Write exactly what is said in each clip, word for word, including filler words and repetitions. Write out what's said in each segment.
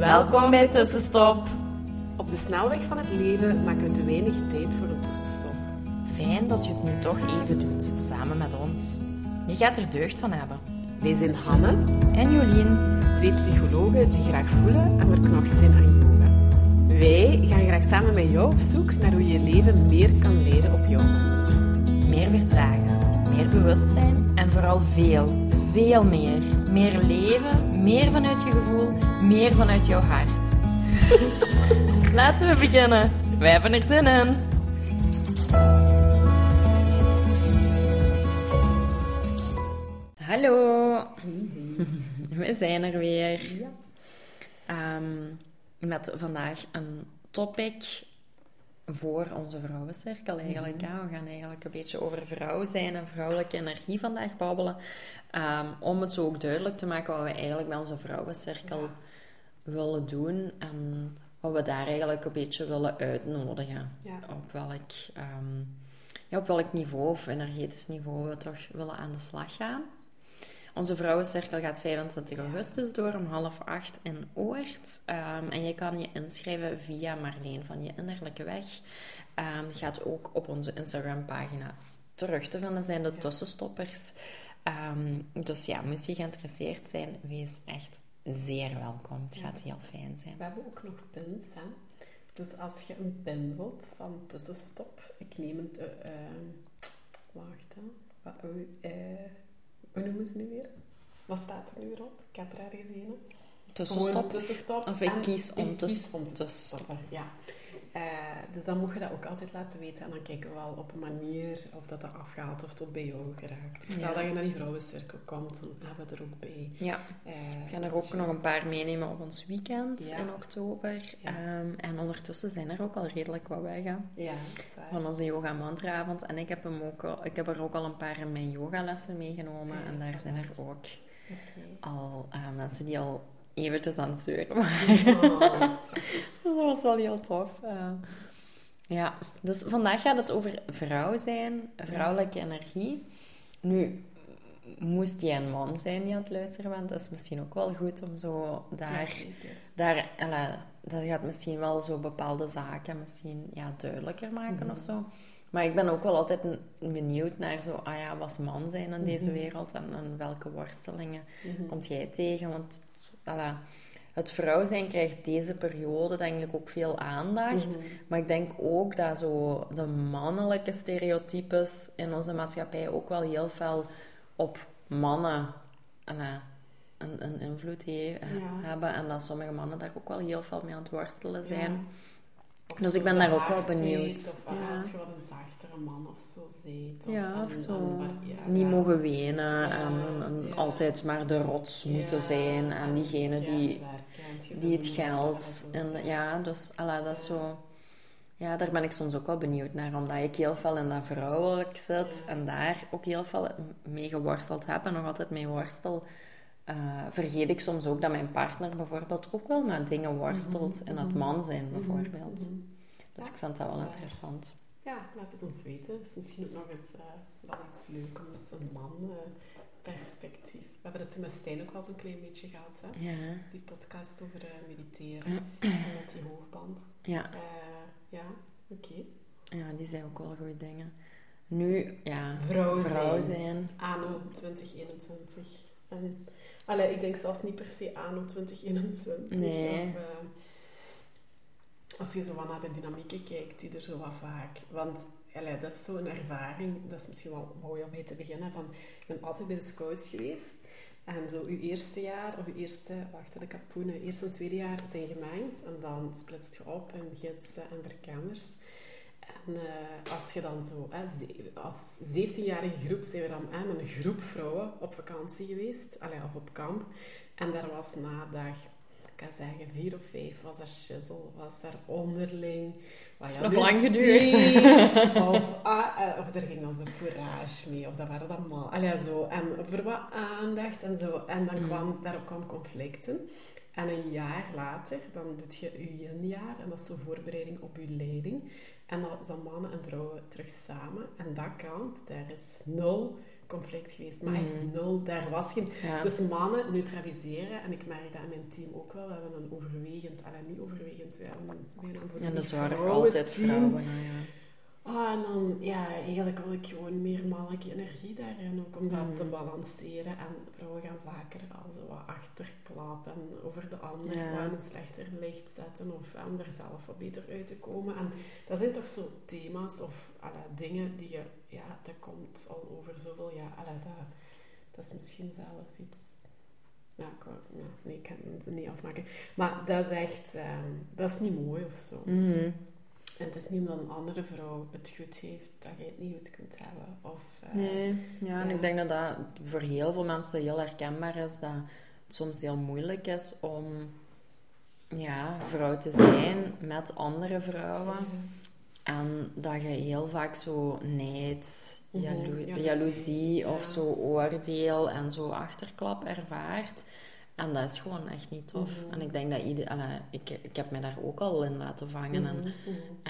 Welkom bij Tussenstop. Op de snelweg van het leven maken we te weinig tijd voor een tussenstop. Fijn dat je het nu toch even doet, samen met ons. Je gaat er deugd van hebben. Wij zijn Hanne en Jolien, twee psychologen die graag voelen en verknocht zijn aan yoga. Wij gaan graag samen met jou op zoek naar hoe je je leven meer kan leiden op jou. Meer vertragen, meer bewustzijn en vooral veel, veel meer. Meer leven, meer vanuit je gevoel, meer vanuit jouw hart. Laten we beginnen. Wij hebben er zin in. Hallo. We zijn er weer. Ja. Um, met vandaag een topic voor onze vrouwencirkel eigenlijk. Mm-hmm. Ja. We gaan eigenlijk een beetje over vrouw zijn en vrouwelijke energie vandaag babbelen. Um, om het zo ook duidelijk te maken wat we eigenlijk bij onze vrouwencirkel ja. willen doen. En wat we daar eigenlijk een beetje willen uitnodigen. Ja. Op welk... Um, ja, op welk niveau of energetisch niveau we toch willen aan de slag gaan. Onze vrouwencirkel gaat vijfentwintig augustus door om half acht in Oort. Um, en je kan je inschrijven via Marleen van Je Innerlijke Weg. Um, die gaat ook op onze Instagram-pagina terug te vinden zijn, de tussenstoppers. Um, dus ja, moest je geïnteresseerd zijn, wees echt zeer welkom. Het gaat heel fijn zijn. We hebben ook nog pins, hè. Dus als je een pin wilt van tussenstop, ik neem het... Uh, uh, wacht, hè. Wat, uh, hoe noemen ze nu weer? Wat staat er nu weer op? Ik heb er ergens een. Tussenstop. tussenstop. Of ik kies om, ik te, kies om te, te stoppen. Ja. Uh, dus dan moet je dat ook altijd laten weten. En dan kijken we wel op een manier of dat, dat afgaat of tot bij jou geraakt. Dus stel ja. dat je naar die vrouwencirkel komt, dan hebben we er ook bij. Ja. Uh, we gaan er ook nog een paar meenemen op ons weekend ja. in oktober. Ja. Um, en ondertussen zijn er ook al redelijk wat bij gaan. Ja, dat is waar. Van onze yoga mantraavond. En ik heb, hem ook al, ik heb er ook al een paar in mijn yogalessen meegenomen. Ja, en daar zijn er ook okay. al uh, mensen die al eventjes aan het zeuren waren. Oh, dat was wel heel tof. Uh, ja, dus vandaag gaat het over vrouw zijn, vrouwelijke ja. energie. Nu, moest jij een man zijn die aan het luisteren bent, dat is misschien ook wel goed om zo daar... Ja, daar alla, dat gaat misschien wel zo bepaalde zaken misschien ja, duidelijker maken mm-hmm. of zo. Maar ik ben ook wel altijd benieuwd naar zo, ah ja, wat man zijn in mm-hmm. deze wereld en, en welke worstelingen mm-hmm. komt jij tegen? Want alla, het vrouw zijn krijgt deze periode denk ik ook veel aandacht. Mm-hmm. Maar ik denk ook dat zo de mannelijke stereotypes in onze maatschappij ook wel heel veel op mannen alla, een, een invloed he, ja. hebben. En dat sommige mannen daar ook wel heel veel mee aan het worstelen zijn. Ja. Dus ik ben daar ook wel benieuwd. Of ja. als je wat een zachtere man of zo ziet. Of ja, een, of zo. Een, een, ja, niet ja. mogen wenen ja, en, en, en ja. altijd maar de rots ja. moeten zijn. En diegene die, die het geld... En, ja, dus alla, dat is ja. zo... Ja, daar ben ik soms ook wel benieuwd naar. Omdat ik heel veel in dat vrouwelijk zit. Ja. En daar ook heel veel mee geworsteld heb. En nog altijd mee worstel. Uh, vergeet ik soms ook dat mijn partner bijvoorbeeld ook wel met dingen worstelt mm-hmm. in het man zijn bijvoorbeeld. Mm-hmm. Dus ja, ik vind dat wel interessant. Ja, laat het ons weten. Het is misschien ook nog eens uh, wel iets leuk om eens een man uh, perspectief. We hebben het toen met Stijn ook wel eens een klein beetje gehad. Hè? Ja. Die podcast over uh, mediteren en met die hoogband. Ja. Uh, ja, oké. Okay. Ja, die zijn ook wel goede dingen. Nu, ja, vrouw, vrouw zijn. zijn. Anno twintig eenentwintig. En, allee, ik denk zelfs niet per se anno twintig eenentwintig. Nee. Of, uh, als je zo wat naar de dynamieken kijkt, die er zo wat vaak... Want allee, dat is zo'n ervaring, dat is misschien wel mooi om mee te beginnen. Van, ik ben altijd bij de scouts geweest. En zo uw eerste jaar, of uw eerste... Wacht, de kapoenen. Uw eerste en tweede jaar zijn gemengd. En dan splitst je op in gidsen en verkenners. En uh, als je dan zo, hè, ze- als zeventienjarige groep zijn we dan hè, met een groep vrouwen op vakantie geweest, allee, of op kamp. En daar was na dag, ik kan zeggen vier of vijf, was er schizzel, was daar onderling. Wat ja, nog lang geduurd. Of, ah, uh, of er ging dan zo'n fourage mee, of dat waren dan allemaal, allee, zo. En voor wat aandacht en zo. En dan kwam, mm. daarop kwam conflicten. En een jaar later, dan doe je je yin-jaar, en dat is zo voorbereiding op je leiding. En dan zijn mannen en vrouwen terug samen. En dat kamp, daar is nul conflict geweest. Maar Mm. echt nul. Daar was geen... Ja. Dus mannen neutraliseren. En ik merk dat in mijn team ook wel. We hebben een overwegend... Allee, niet overwegend. We hebben een, bijna een En dat waren vrouwenteam. altijd vrouwen. Nou ja. Ah, en dan, ja, eigenlijk wil ik gewoon meer mannelijke energie daarin, ook om dat Mm. te balanceren. En vrouwen gaan vaker al zo wat achterklappen en over de ander Ja. wat in een slechter licht zetten of om er zelf wat beter uit te komen. En dat zijn toch zo thema's of allee, dingen die je, ja, dat komt al over zoveel jaar. Allee, dat, dat is misschien zelfs iets... Ja, ik wou, ja, nee, ik kan het niet afmaken. Maar dat is echt, ehm, dat is niet mooi of zo. Mhm. En het is niet omdat een andere vrouw het goed heeft, dat je het niet goed kunt hebben. Of, uh, Nee, ja, en ja. ik denk dat dat voor heel veel mensen heel herkenbaar is, dat het soms heel moeilijk is om ja, vrouw te zijn met andere vrouwen. En dat je heel vaak zo nijd, Mhm, jalo- jaloezie, jaloezie ja. of zo oordeel en zo achterklap ervaart. En dat is gewoon echt niet tof. Mhm. En ik denk dat ieder... allee, ik, ik heb me daar ook al in laten vangen. En, Mhm, mhm.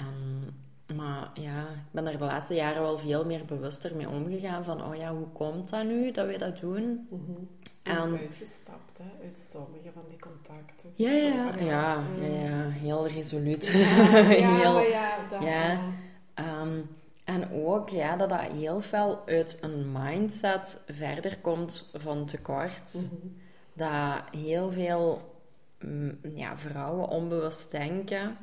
en, maar ja, ik ben er de laatste jaren wel veel meer bewuster mee omgegaan. Van, oh ja, hoe komt dat nu dat we dat doen? Mhm. En- Ook uitgestapt, hè, uit sommige van die contacten. Ja, Zo, ja, ah, ja, ja, mm. ja, heel resoluut. Ja, ja, Heel- maar ja, dat, ja. Ehm, en ook ja, dat dat heel veel uit een mindset verder komt van tekort. Mhm. Dat heel veel mm, ja, vrouwen onbewust denken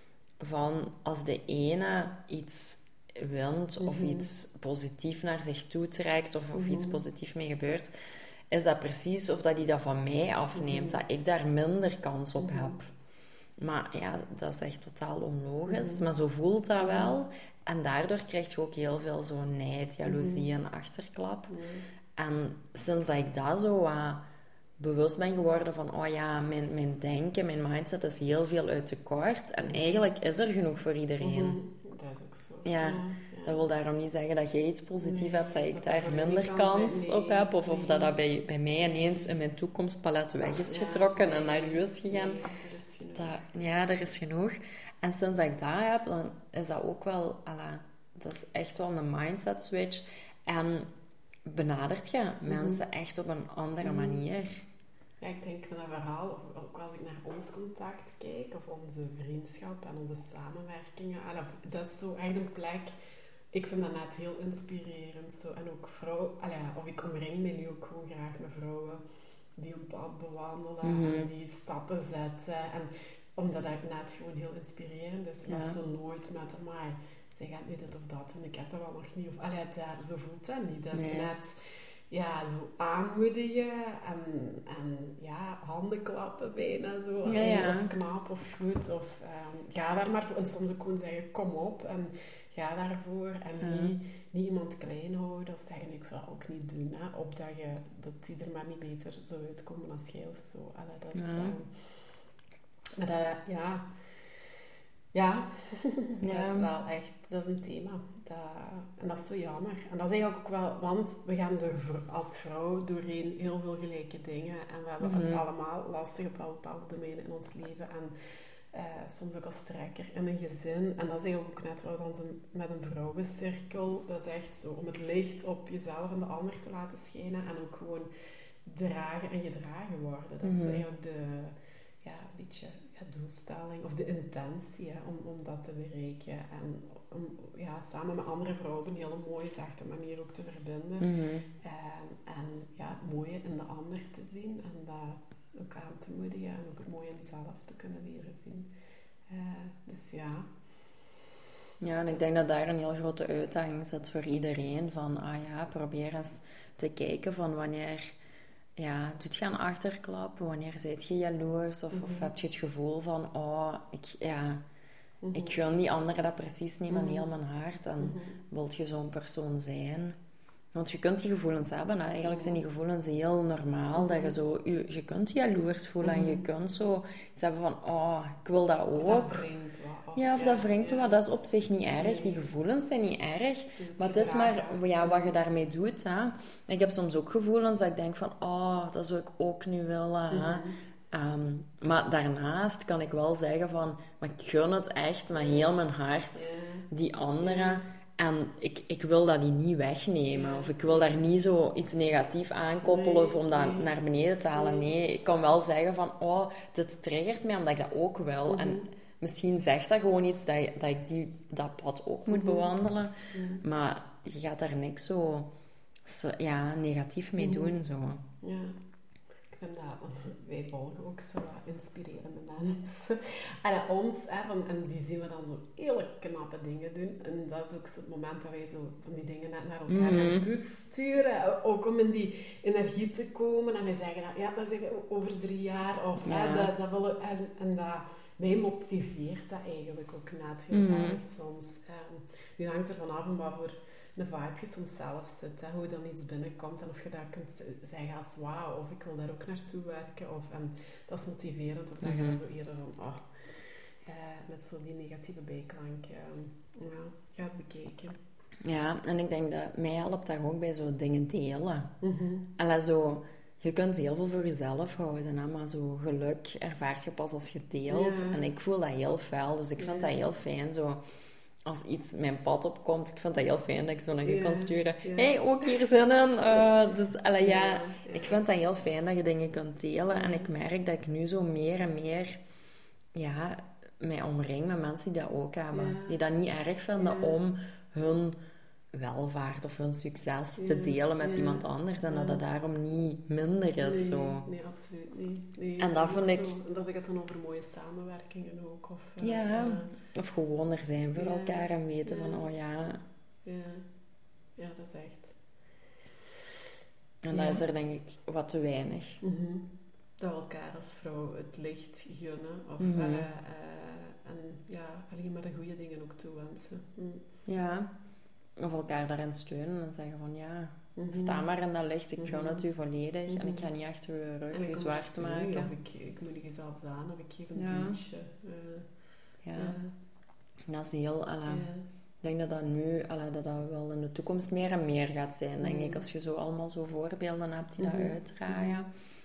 van als de ene iets wint of Mhm. iets positief naar zich toe trekt of, of Mhm. iets positief mee gebeurt, is dat precies of dat hij dat van mij afneemt, Mhm. dat ik daar minder kans op Mhm. heb. Maar ja, dat is echt totaal onlogisch. Mhm. Maar zo voelt dat wel. En daardoor krijg je ook heel veel zo nijd, jaloezie Mhm. en achterklap. Mhm. En sinds dat ik dat zo wat bewust ben geworden van, oh ja, mijn, mijn denken, mijn mindset is heel veel uit tekort. En eigenlijk is er genoeg voor iedereen. Mhm. Dat is ook zo. Ja, ja. Dat wil daarom niet zeggen dat jij iets positiefs Nee, hebt, dat ik dat dat daar voor jou minder niet kan kans zijn. op Nee, heb. Of, of nee. dat dat bij, bij mij ineens in mijn toekomstpalet weg is Ja, getrokken en nee, naar u is gegaan. nee, er is genoeg. Dat, ja, er is genoeg. En sinds dat ik dat heb, dan is dat ook wel... Alla, dat is echt wel een mindset switch. En benadert je mensen echt op een andere Mhm. manier. Ja, ik denk van dat verhaal, of ook als ik naar ons contact kijk, of onze vriendschap en onze samenwerkingen, allee, dat is zo echt een plek, ik vind dat net heel inspirerend. Zo. En ook vrouwen, allee, of ik omring me nu ook gewoon graag met vrouwen die een pad bewandelen Mhm. en die stappen zetten. En omdat dat net gewoon heel inspirerend is. En dat is Ja. zo nooit met, amai, zij gaat nu dit of dat en ik heb dat wel nog niet. Of, allee, dat, zo voelt dat niet. Dat is Nee. net... Ja, zo aanmoedigen en, en ja, handen klappen bijna zo. Ja, ja. Of knap of goed. Of ehm, ga daar maar voor. En soms ook gewoon zeggen, kom op en ga daarvoor. En Ja. niet, niet iemand klein houden of zeggen, ik zou dat ook niet doen. Hè, opdat je, dat die er maar niet beter zou uitkomen als jij of zo. Allee, dat is... Ja. ehm, maar dat, ja... Ja, dat Ja. is wel echt, dat is een thema. Dat, en dat is zo jammer. En dat is eigenlijk ook wel, want we gaan door, als vrouw doorheen heel veel gelijke dingen. En we hebben het Mhm. allemaal lastig op wel bepaalde domeinen in ons leven. En eh, soms ook als trekker in een gezin. En dat is eigenlijk ook net wat onze, met een vrouwencirkel. Dat is echt zo om het licht op jezelf en de ander te laten schijnen. En ook gewoon dragen en gedragen worden. Dat is zo Mhm. eigenlijk de, ja, een beetje... doelstelling of de intentie hè, om, om dat te bereiken en om ja, samen met andere vrouwen op een hele mooie, zachte manier ook te verbinden Mhm. en, en ja, het mooie in de ander te zien en dat ook aan te moedigen en ook het mooie in jezelf te kunnen leren zien. Uh, dus ja. Ja, en ik denk dat daar een heel grote uitdaging zit voor iedereen. Van, ah ja, probeer eens te kijken van wanneer... Ja, doet je een achterklap? Wanneer zijt je jaloers? Of, Mhm. of heb je het gevoel van, oh, ik, ja, Mhm. ik gun die anderen dat precies niet van Mhm. heel mijn hart. En Mhm. wilt je zo'n persoon zijn? Want je kunt die gevoelens hebben. Hè? Eigenlijk zijn die gevoelens heel normaal. Dat je zo, je, je kunt je jaloers voelen en je Mhm. kunt zo iets hebben van, oh, ik wil dat Of ook. dat wringt wat. Ja, of dat wringt ja. wat. Dat is op zich niet erg. Nee. Die gevoelens zijn niet erg. Het is het Maar het is maar gedragen. ja, wat je daarmee doet. Hè. Ik heb soms ook gevoelens dat ik denk van, oh, dat zou ik ook nu willen. Hè. Mhm. Ehm, maar daarnaast kan ik wel zeggen van, maar ik gun het echt met heel mijn hart, Ja. die anderen. Ja. En ik, ik wil dat die niet wegnemen. Of ik wil daar niet zo iets negatiefs aankoppelen Nee, of om dat nee. naar beneden te halen. Nee, Nee, ik kan wel zeggen van, oh, dit triggert mij omdat ik dat ook wil. Mm-hmm. En misschien zegt dat gewoon iets dat, je, dat ik die, dat pad ook moet Mm-hmm. bewandelen. Mm-hmm. Maar je gaat daar niks zo, zo ja, negatief mee Mm-hmm. doen. Zo. Ja. Ik vind dat, wij volgen ook zo wat inspirerende mensen. En ons, hè, van, en die zien we dan zo hele knappe dingen doen. En dat is ook zo het moment dat wij zo van die dingen net naar elkaar Mhm. gaan toesturen. Ook om in die energie te komen. En wij zeggen dat, ja, dat zeggen we over drie jaar. Of Ja. hè, dat, dat willen, en, en dat, mij motiveert dat eigenlijk ook net heel Mhm. erg soms. Um, nu hangt er vanaf wat voor een vibe je soms zelf zit, hè, hoe dan iets binnenkomt en of je daar kunt zeggen als wauw, of ik wil daar ook naartoe werken, of, en dat is motiverend, of dat je Mhm. dan zo eerder van, oh, eh, met zo die negatieve bijklank eh, ja, gaat bekijken. Ja, en ik denk dat mij helpt daar ook bij zo dingen delen. Mm-hmm. Allee, zo, je kunt heel veel voor jezelf houden, hè, maar zo geluk ervaart je pas als je deelt. Ja. En ik voel dat heel fel, dus ik Ja. vind dat heel fijn. Zo, als iets mijn pad opkomt, ik vind dat heel fijn dat ik zo naar je Ja. kan sturen. Ja. Hé, hey, ook hier zin in. Uh, dus, allee, ja, Ja, ja. ik vind dat heel fijn dat je dingen kunt delen. Ja. En ik merk dat ik nu zo meer en meer ja, mij omring met mensen die dat ook hebben. Ja. Die dat niet erg vinden Ja. om hun welvaart of hun succes Ja. te delen met Ja. iemand anders. En Ja. dat het daarom niet minder is. Nee, zo. nee, absoluut niet. Nee, En dat niet vind ik- zo. En dat ik het dan over mooie samenwerkingen ook. Of, eh, Ja. eh, Of gewoon er zijn voor Ja. elkaar en weten Ja. van, oh ja. ja. ja, dat is echt. En Ja. dat is er denk ik wat te weinig. Mhm. Dat we elkaar als vrouw het licht gunnen. Of Mhm. wel, eh, eh, en ja, alleen maar de goede dingen ook toewensen. Mm. Ja. Of elkaar daarin steunen en zeggen van, ja, Mhm. sta maar in dat licht. Ik gun Mhm. het u volledig. En ik Mhm. ga niet achter uw En rug ik u kom zwart steun, maken. Of ik, ik moet je zelfs aan, of ik geef een Ja. duwtje. Eh, Ja. ja. Dat is heel... Alla, Ja. Ik denk dat dat nu, alla, dat dat wel in de toekomst meer en meer gaat zijn, denk Mhm. ik. Als je zo allemaal zo voorbeelden hebt die Mhm. dat uitdragen.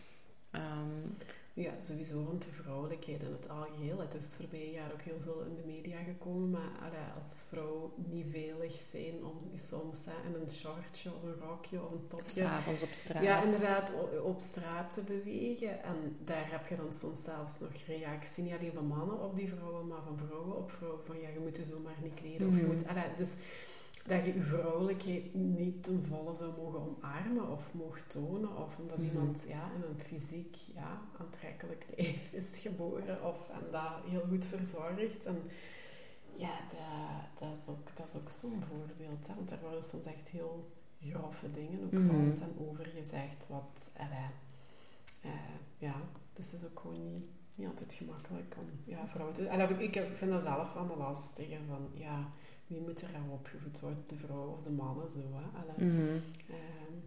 Ehm, Ja, sowieso rond de vrouwelijkheid in het algeheel. Het is het voorbije jaar ook heel veel in de media gekomen, maar allee, als vrouw niet veilig zijn om je soms hè, in een shortje of een rokje of een of topje... s'avonds op straat. Ja, inderdaad, o- op straat te bewegen. En daar heb je dan soms zelfs nog reactie, niet alleen van mannen op die vrouwen, maar van vrouwen op vrouwen. Van ja, je moet je zomaar niet kleden. Of je Mhm. moet, allee, dus dat je je vrouwelijkheid niet ten volle zou mogen omarmen of mogen tonen. Of omdat Mhm. iemand ja, in een fysiek ja, aantrekkelijk lijf is geboren of, en dat heel goed verzorgt. En ja, dat, dat, is ook, dat is ook zo'n voorbeeld. Hè? Want er worden soms echt heel grove dingen ook Mhm. rond en over gezegd. Wat, allee, eh, ja, dus het is ook gewoon niet, niet altijd gemakkelijk om ja, vrouwen te... En ik vind dat zelf van de lastige van, ja, wie moet er aan opgevoed worden? De vrouw of de mannen, zo, hè? Allee, Mhm. ehm,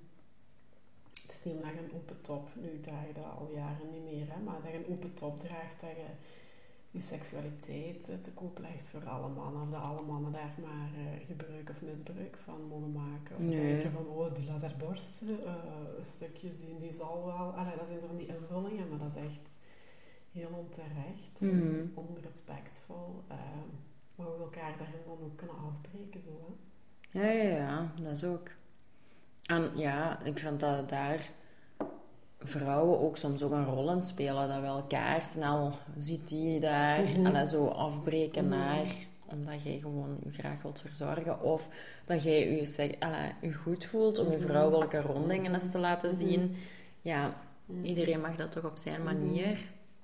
het is niet omdat je een open top, nu draag je dat al jaren niet meer, hè, maar dat je een open top draagt, dat je je seksualiteit hè, te koop legt voor alle mannen, of dat alle mannen daar maar uh, gebruik of misbruik van mogen maken. Of Nee. denken van, oh, die laat haar borst uh, een stukje zien, die zal wel... Allee, dat zijn zo van die invullingen, maar dat is echt heel onterecht, Mhm. en onrespectvol. Uh, maar we elkaar daarin dan ook kunnen afbreken, zo, hè. Ja, ja, ja, dat is ook. En ja, ik vind dat daar vrouwen ook soms ook een rol in spelen. Dat we elkaar snel ziet die daar Mhm. en dat zo afbreken Mhm. naar omdat jij gewoon je graag wilt verzorgen. Of dat jij je, zeg, alla, je goed voelt om je Mhm. vrouwelijke rondingen eens te laten Mhm. zien. Ja, Mhm. iedereen mag dat toch op zijn Mhm. manier.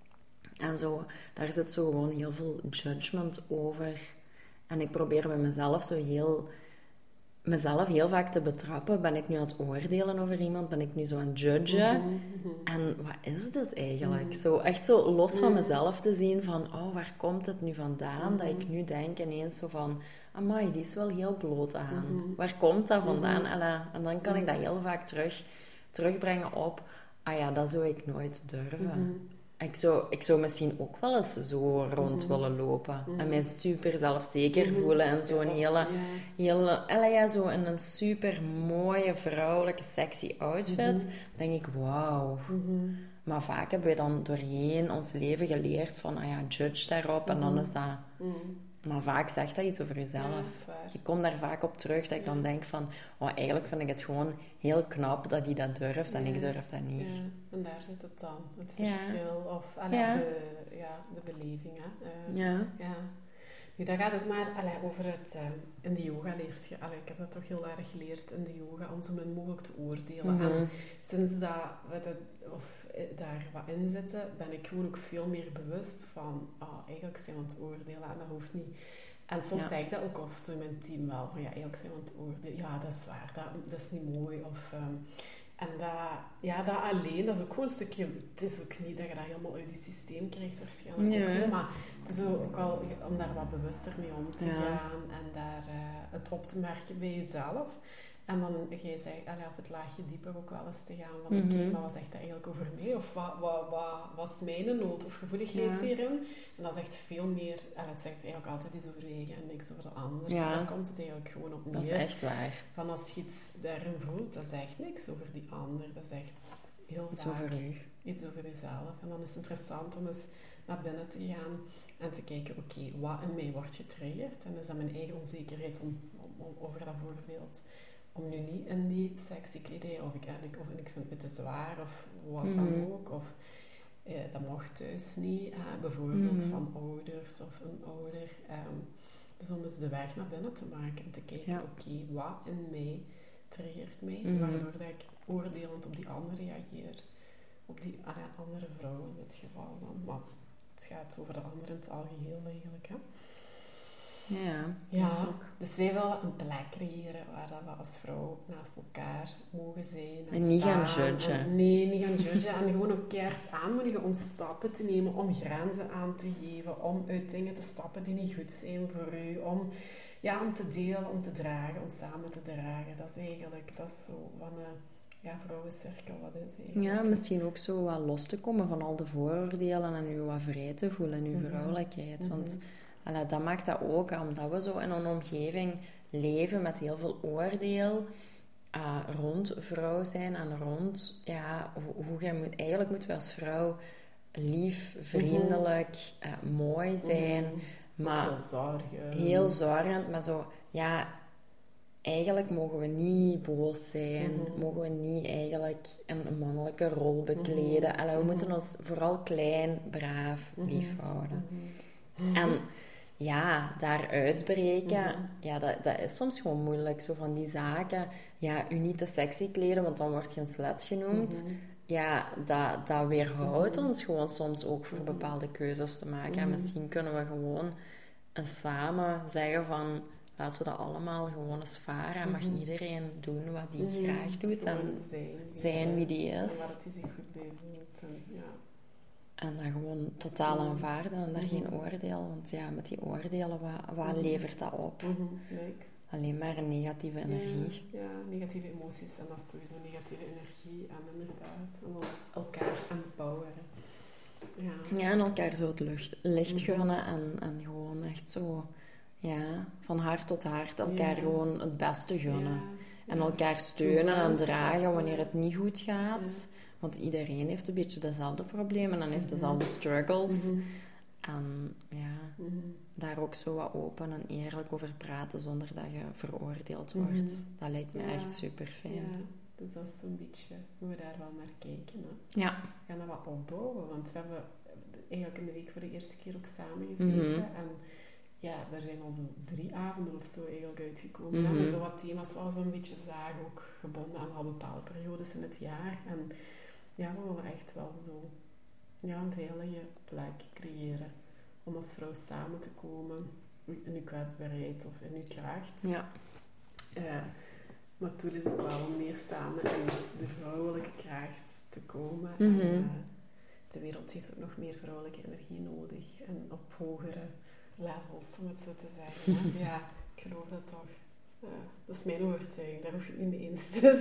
En zo, daar zit zo gewoon heel veel judgment over. En ik probeer bij mezelf zo heel... mezelf heel vaak te betrappen. Ben ik nu aan het oordelen over iemand? Ben ik nu zo aan het judgen? Mhm, mhm. En wat is dit eigenlijk? Mhm. Zo, echt zo los van Mhm. mezelf te zien van... Oh, waar komt het nu vandaan? Dat Mhm. ik nu denk ineens zo van... Amai, die is wel heel bloot aan. Mhm. Waar komt dat vandaan? Mhm. Alla, en dan kan ik dat heel vaak terug, terugbrengen op... Ah ja, dat zou ik nooit durven. Mhm. Ik zou, ik zou misschien ook wel eens zo rond Mhm. willen lopen. Mhm. En mij super zelfzeker Mhm. voelen. En zo'n Ja, hele... ja. hele alla, ja, zo in een super mooie, vrouwelijke, sexy outfit. Mhm. denk ik, wauw. Mhm. Maar vaak hebben we dan doorheen ons leven geleerd van, ah ja, judge daarop. En dan Mhm. is dat... Mhm. Maar vaak zegt dat iets over jezelf. Ja, dat is waar. Je komt daar vaak op terug dat ik Ja. dan denk van... Oh, eigenlijk vind ik het gewoon heel knap dat hij dat durft en Ja. ik durf dat niet. Ja, en daar zit het dan, het Ja. verschil. Of allee, Ja. de, ja, de beleving. Hè. Eh, Ja. ja. Nu, dat gaat ook maar allee, over het... Uh, in de yoga leert je... Allee, ik heb dat toch heel erg geleerd in de yoga, om zo min mogelijk te oordelen. Mm-hmm. En sinds dat we dat, of, eh, daar wat in zitten, ben ik gewoon ook veel meer bewust van... Ah, eigenlijk zijn we aan het oordelen en dat hoeft niet. En soms Ja. zeg ik dat ook, of zo in mijn team wel, van ja, eigenlijk zijn we aan het oordelen. Ja, dat is waar, dat, dat is niet mooi. Of... Um, En dat, ja, dat alleen, dat is ook gewoon een stukje... Het is ook niet dat je dat helemaal uit je systeem krijgt waarschijnlijk. Nee. Ook niet, maar het is ook wel om daar wat bewuster mee om te Ja. gaan. En daar uh, het op te merken bij jezelf. En dan ga je zeggen, allee, op het laagje dieper ook wel eens te gaan. Van Mm-hmm. oké, okay, maar wat zegt dat eigenlijk over mij? Of wat, wat, wat, wat is mijn nood of gevoeligheid Ja. hierin? En dat zegt veel meer... En het zegt eigenlijk altijd iets over je eigen en niks over de ander. Ja. Daar komt het eigenlijk gewoon op neer. Dat is echt waar. Van als je iets daarin voelt, dat zegt niks over die ander. Dat zegt heel Iets vaak over u. iets over jezelf. En dan is het interessant om eens naar binnen te gaan en te kijken, oké, okay, wat in mij wordt getriggerd? En is dat mijn eigen onzekerheid om, om, om over dat voorbeeld... Om nu niet in die sexy kledij, of ik, eigenlijk, of ik vind het te zwaar, of wat dan Mm-hmm. ook. Of eh, dat mocht thuis niet. Eh, bijvoorbeeld Mm-hmm. van ouders of een ouder. Um, dus om eens de weg naar binnen te maken en te kijken, Ja. oké, okay, wat in mij triggert mij, Mm-hmm. waardoor dat ik oordelend op die ander reageer. Op die ah, ja, andere vrouw in dit geval dan. Maar het gaat over de ander in het algeheel eigenlijk, hè. Ja, Ja, dat is ook. dus wij willen een plek creëren waar dat we als vrouw naast elkaar mogen zijn. En niet gaan staan. judgen. En, nee, niet gaan judgen. En gewoon ook keihard aanmoedigen om stappen te nemen, om grenzen aan te geven, om uit dingen te stappen die niet goed zijn voor u, om, ja, om te delen, om te dragen, om samen te dragen. Dat is eigenlijk, dat is zo van een ja, vrouwencirkel, wat is eigenlijk. Ja, misschien ook zo wat los te komen van al de vooroordelen en u wat vrij te voelen in uw Mm-hmm. vrouwelijkheid. Mm-hmm. Want allee, dat maakt dat ook, omdat we zo in een omgeving leven met heel veel oordeel uh, rond vrouw zijn en rond, ja, hoe, hoe jij moet, eigenlijk moeten we als vrouw lief, vriendelijk, uh, mooi zijn, Mm-hmm. maar heel zorgend. heel zorgend, maar zo, ja, eigenlijk mogen we niet boos zijn, Mm-hmm. mogen we niet eigenlijk een mannelijke rol bekleden. Mm-hmm. Allee, we Mm-hmm. moeten ons vooral klein, braaf, Mm-hmm. lief houden. Mm-hmm. En ja, daar uitbreken, Mm-hmm. ja, dat, dat is soms gewoon moeilijk. Zo van die zaken, ja, u niet te sexy kleden, want dan word je een slet genoemd. Mm-hmm. Ja, dat, dat weerhoudt Mm-hmm. ons gewoon soms ook voor Mm-hmm. bepaalde keuzes te maken. En Mm-hmm. misschien kunnen we gewoon en samen zeggen van... Laten we dat allemaal gewoon eens varen. En mag Mm-hmm. iedereen doen wat hij Mm-hmm. graag doet. En, Gewoon zijn wie, zijn wie die En is. waar hij zich goed bij voelt. En, ja. en dat gewoon totaal Mm-hmm. aanvaarden. En daar Mm-hmm. geen oordeel. Want ja, met die oordelen, wat, wat Mm-hmm. levert dat op? Mm-hmm. Niks. Alleen maar een negatieve energie. Ja, ja, negatieve emoties. En dat is sowieso negatieve energie. En inderdaad, en dan elkaar empoweren. Ja. Ja, en elkaar zo het lucht, licht Mm-hmm. gunnen. En, en gewoon echt zo... Ja, van hart tot hart elkaar Ja. gewoon het beste gunnen. Ja. En Ja. elkaar steunen en Toewensen. dragen wanneer Ja. het niet goed gaat. Want iedereen heeft een beetje dezelfde problemen en heeft Mhm. dezelfde struggles. Mhm. En ja, Mhm. daar ook zo wat open en eerlijk over praten zonder dat je veroordeeld Mhm. wordt. Dat lijkt me Ja. echt super fijn. Ja, dus dat is zo'n beetje hoe we daar wel naar kijken. Hè. Ja. We gaan dat wat opbouwen, want we hebben eigenlijk in de week voor de eerste keer ook samen gezeten. Mhm. En ja, daar zijn al zo drie avonden of zo eigenlijk uitgekomen. Mhm. Hè, met zo wat thema's waar we zo'n beetje zagen, ook gebonden aan al bepaalde periodes in het jaar. En ja, we willen echt wel zo ja, een veilige plek creëren om als vrouw samen te komen in uw kwetsbaarheid of in uw kracht. Ja. Uh, maar het doel is ook wel om meer samen in de vrouwelijke kracht te komen. Mhm. En, uh, de wereld heeft ook nog meer vrouwelijke energie nodig en op hogere levels, om het zo te zeggen. Hè? Ja, ik geloof dat toch. Uh, dat is mijn overtuiging, daar hoef je het niet mee eens te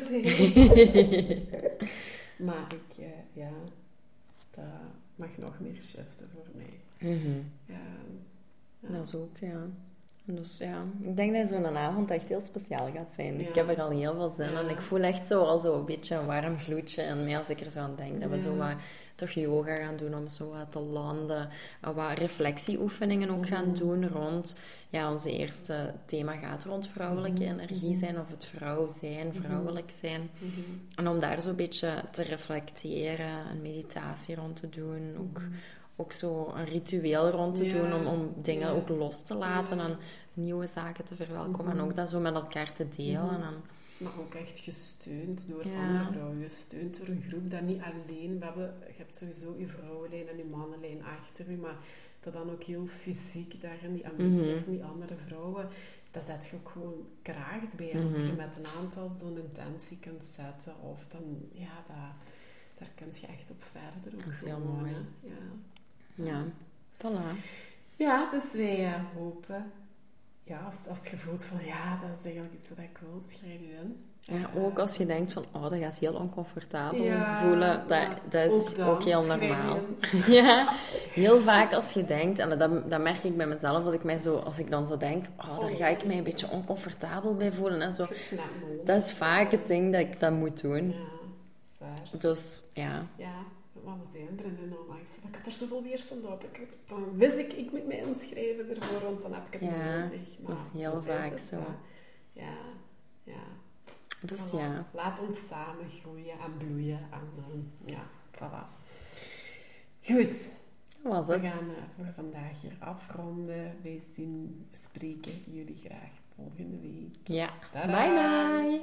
zijn. Maar ik, uh, ja, dat mag nog meer shiften voor mij. Mhm. Ja, ja. Dat is ook, ja. Dus ja, ik denk dat zo'n avond echt heel speciaal gaat zijn. Ja. Ik heb er al heel veel zin in. Ja. En ik voel echt zo al zo een beetje een warm gloedje in mij als ik er zo aan denk. Dat we Ja. zo wat toch yoga gaan doen om zo wat te landen. En wat reflectieoefeningen ook gaan Mhm. doen rond... Ja, onze eerste thema gaat rond vrouwelijke Mhm. energie zijn. Of het vrouw zijn, Mhm. vrouwelijk zijn. Mhm. En om daar zo'n beetje te reflecteren. Een meditatie rond te doen. Ook... Mhm. Ook zo een ritueel rond te Ja. doen om, om dingen Ja. ook los te laten Ja. en nieuwe zaken te verwelkomen. Mhm. En ook dat zo met elkaar te delen. Mhm. En, Maar ook echt gesteund door Ja. andere vrouwen, gesteund door een groep dat niet alleen... We hebben, je hebt sowieso je vrouwenlijn en je mannenlijn achter je, maar dat dan ook heel fysiek daarin, die aanwezigheid Mhm. van die andere vrouwen, dat zet je ook gewoon kracht bij. Als je Mhm. met een aantal zo'n intentie kunt zetten, of dan, ja, dat, daar kun je echt op verder. Ook Dat is heel gewoon, mooi. hè. Ja. ja, voilà. Ja, dus wij uh, hopen, ja, als, als je voelt van ja, dat is eigenlijk iets wat ik wil, schrijf je in. Ja, ook als je denkt van, oh, dat gaat heel oncomfortabel Ja, voelen. Dat, ja, dat is ook ook, dan, heel schrijf je normaal. in. Ja, heel vaak als je denkt, en dat, dat merk ik bij mezelf, als ik, mij zo, als ik dan zo denk, oh, daar ga ik mij een beetje oncomfortabel bij voelen. En zo. Ik snap me. Dat is vaak het ding dat ik dat moet doen. Ja, zwaar. Dus, ja. Ja, wat we zijn er in onlangs. Ik had er zoveel weerstand op. Ik, dan wist ik, ik moet mij inschrijven ervoor, want dan heb ik het Ja, nodig. Maar dat is heel zo vaak het, zo. hè. Ja, ja. Dus Voilà. ja. Laat ons samen groeien en bloeien. En, uh, ja, voilà. Goed. Dat was We het. gaan uh, voor vandaag hier afronden. Wij zien, spreken jullie graag volgende week. Ja. Tadaa! Bye bye.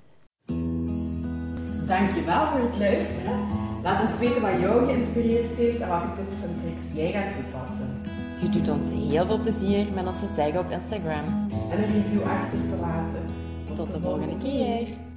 Dankjewel voor het luisteren. Laat ons weten wat jou geïnspireerd heeft en welke tips en tricks jij gaat toepassen. Je doet ons heel veel plezier met ons te taggen op Instagram. En een review achter te laten. Tot de volgende keer.